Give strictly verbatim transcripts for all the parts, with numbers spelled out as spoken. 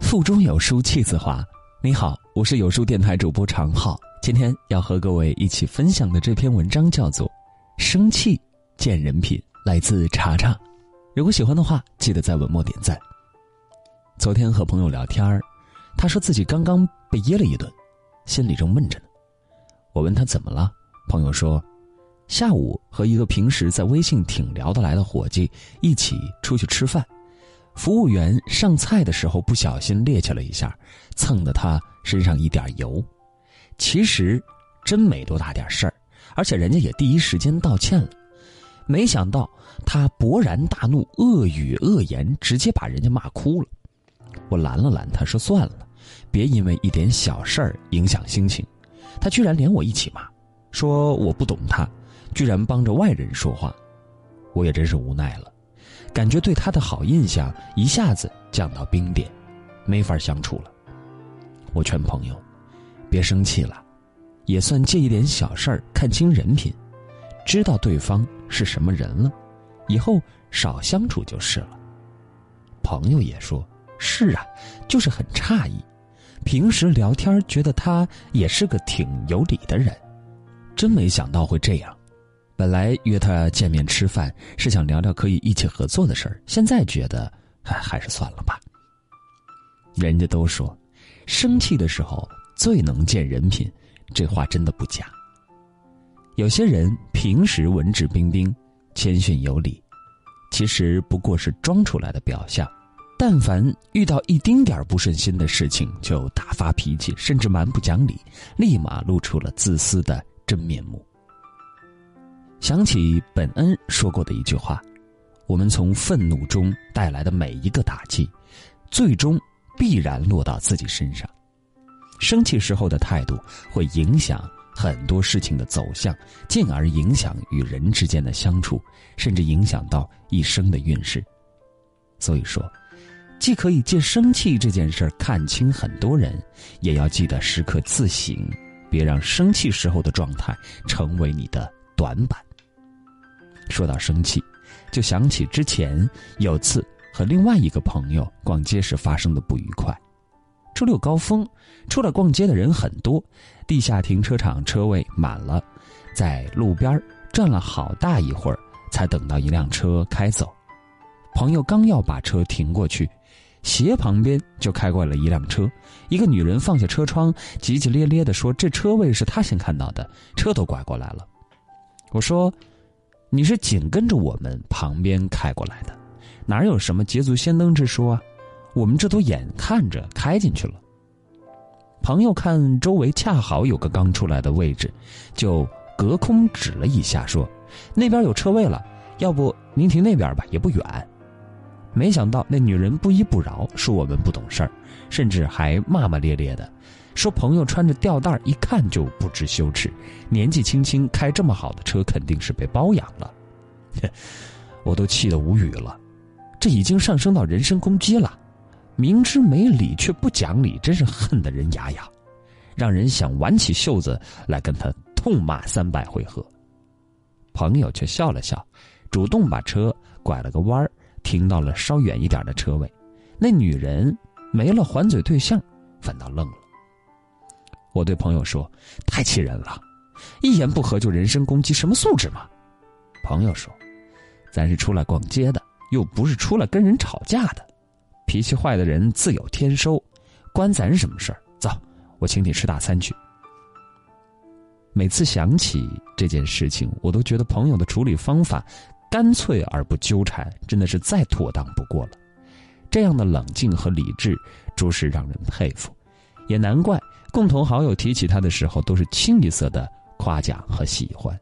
腹中有书气自华。你好，我是有书电台主播常浩。今天要和各位一起分享的这篇文章叫做《生气见人品》，来自查查。如果喜欢的话，记得在文末点赞。昨天和朋友聊天，他说自己刚刚被噎了一顿，心里正闷着呢。我问他怎么了，朋友说下午和一个平时在微信挺聊得来的伙计一起出去吃饭，服务员上菜的时候不小心趔趄了一下，蹭得他身上一点油。其实真没多大点事儿，而且人家也第一时间道歉了。没想到他勃然大怒，恶语恶言，直接把人家骂哭了。我拦了拦他，说算了，别因为一点小事儿影响心情。他居然连我一起骂，说我不懂他，居然帮着外人说话。我也真是无奈了，感觉对他的好印象一下子降到冰点，没法相处了。我劝朋友别生气了，也算借一点小事儿看清人品，知道对方是什么人了，以后少相处就是了。朋友也说是啊，就是很诧异，平时聊天觉得他也是个挺有理的人，真没想到会这样。本来约他见面吃饭是想聊聊可以一起合作的事儿，现在觉得还还是算了吧。人家都说生气的时候最能见人品，这话真的不假。有些人平时文质彬彬谦逊有礼，其实不过是装出来的表象，但凡遇到一丁点不顺心的事情就大发脾气，甚至蛮不讲理，立马露出了自私的真面目。想起本恩说过的一句话，我们从愤怒中带来的每一个打击，最终必然落到自己身上。生气时候的态度会影响很多事情的走向，进而影响与人之间的相处，甚至影响到一生的运势。所以说，既可以借生气这件事看清很多人，也要记得时刻自省，别让生气时候的状态成为你的短板。说到生气，就想起之前有次和另外一个朋友逛街时发生的不愉快。周六高峰，出来逛街的人很多，地下停车场车位满了，在路边站了好大一会儿，才等到一辆车开走。朋友刚要把车停过去，斜旁边就开过来一辆车，一个女人放下车窗，急急咧咧地说这车位是她先看到的，车都拐过来了。我说你是紧跟着我们旁边开过来的，哪有什么捷足先登之说啊，我们这都眼看着开进去了。朋友看周围恰好有个刚出来的位置，就隔空指了一下说那边有车位了，要不您停那边吧，也不远。没想到那女人不依不饶，说我们不懂事儿，甚至还骂骂咧咧的，说朋友穿着吊带一看就不知羞耻，年纪轻轻开这么好的车肯定是被包养了。我都气得无语了，这已经上升到人身攻击了，明知没理却不讲理，真是恨得人牙痒，让人想挽起袖子来跟他痛骂三百回合。朋友却笑了笑，主动把车拐了个弯，停到了稍远一点的车位。那女人没了还嘴对象，反倒愣了。我对朋友说太气人了，一言不合就人身攻击，什么素质嘛？朋友说咱是出来逛街的，又不是出来跟人吵架的，脾气坏的人自有天收，关咱什么事儿？走，我请你吃大餐去。每次想起这件事情，我都觉得朋友的处理方法干脆而不纠缠，真的是再妥当不过了。这样的冷静和理智着实让人佩服，也难怪共同好友提起他的时候都是清一色的夸奖和喜欢。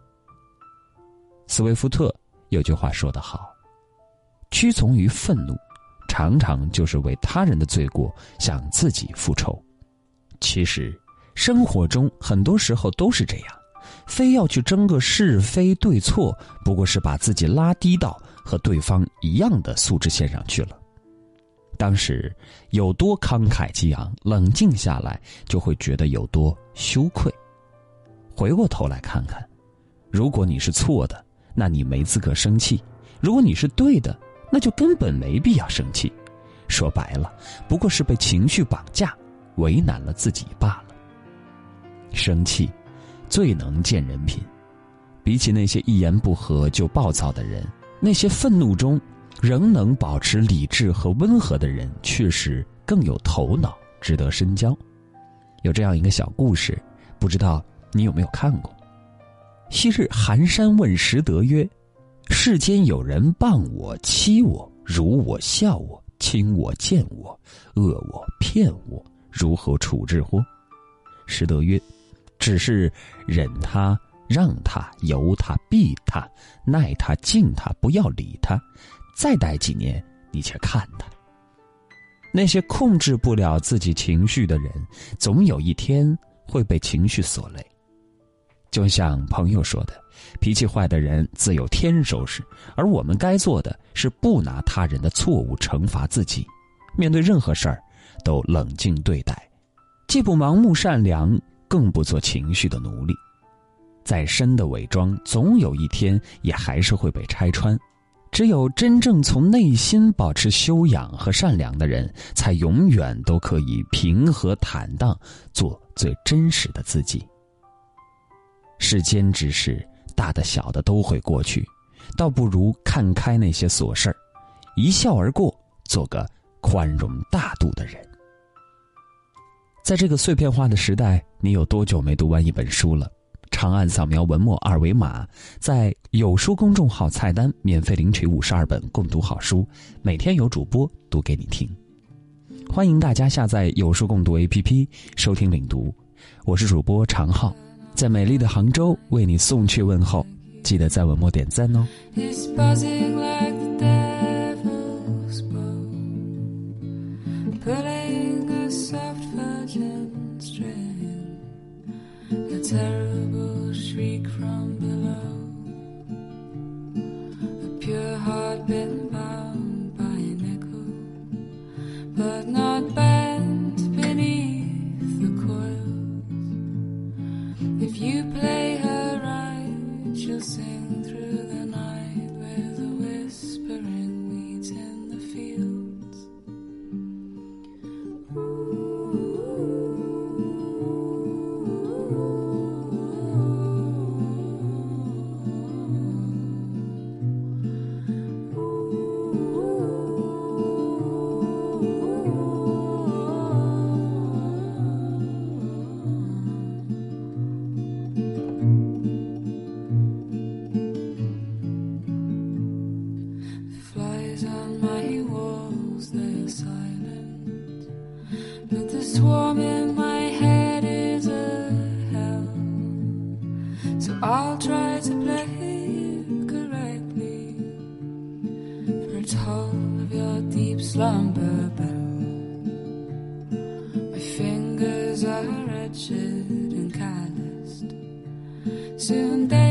斯威夫特有句话说得好，屈从于愤怒常常就是为他人的罪过向自己复仇。其实生活中很多时候都是这样，非要去争个是非对错，不过是把自己拉低到和对方一样的素质线上去了。当时有多慷慨激昂，冷静下来就会觉得有多羞愧。回过头来看看，如果你是错的，那你没资格生气；如果你是对的，那就根本没必要生气。 说白了，不过是被情绪绑架，为难了自己罢了。生气最能见人品，比起那些一言不合就暴躁的人，那些愤怒中仍能保持理智和温和的人，确实更有头脑，值得深交。有这样一个小故事，不知道你有没有看过。昔日寒山问拾得曰：世间有人谤我、欺我、辱我、笑我、轻我、贱我、恶我、骗我，如何处置乎？拾得曰：只是忍他、让他、由他、避他、耐他、敬他，不要理他，再待几年，你且看他。那些控制不了自己情绪的人，总有一天会被情绪所累。就像朋友说的，脾气坏的人自有天收拾，而我们该做的是不拿他人的错误惩罚自己，面对任何事儿都冷静对待，既不盲目善良，更不做情绪的奴隶。再深的伪装，总有一天也还是会被拆穿。只有真正从内心保持修养和善良的人，才永远都可以平和坦荡，做最真实的自己。世间之事，大的小的都会过去，倒不如看开那些琐事儿，一笑而过，做个宽容大度的人。在这个碎片化的时代，你有多久没读完一本书了？长按扫描文末二维码，在有书公众号菜单免费领取五十二本共读好书，每天有主播读给你听。欢迎大家下载有书共读 A P P 收听领读，我是主播常浩，在美丽的杭州为你送去问候，记得在文末点赞哦。 A terrible shriek from below, a pure heart been bound by an echo, but not bent beneath the coils. If you play her right, she'll sing through the night with the whispering weeds in the fields. But the swarm in my head is a hell, so I'll try to play it correctly, for it's all of your deep slumber bell. My fingers are wretched and calloused, soon they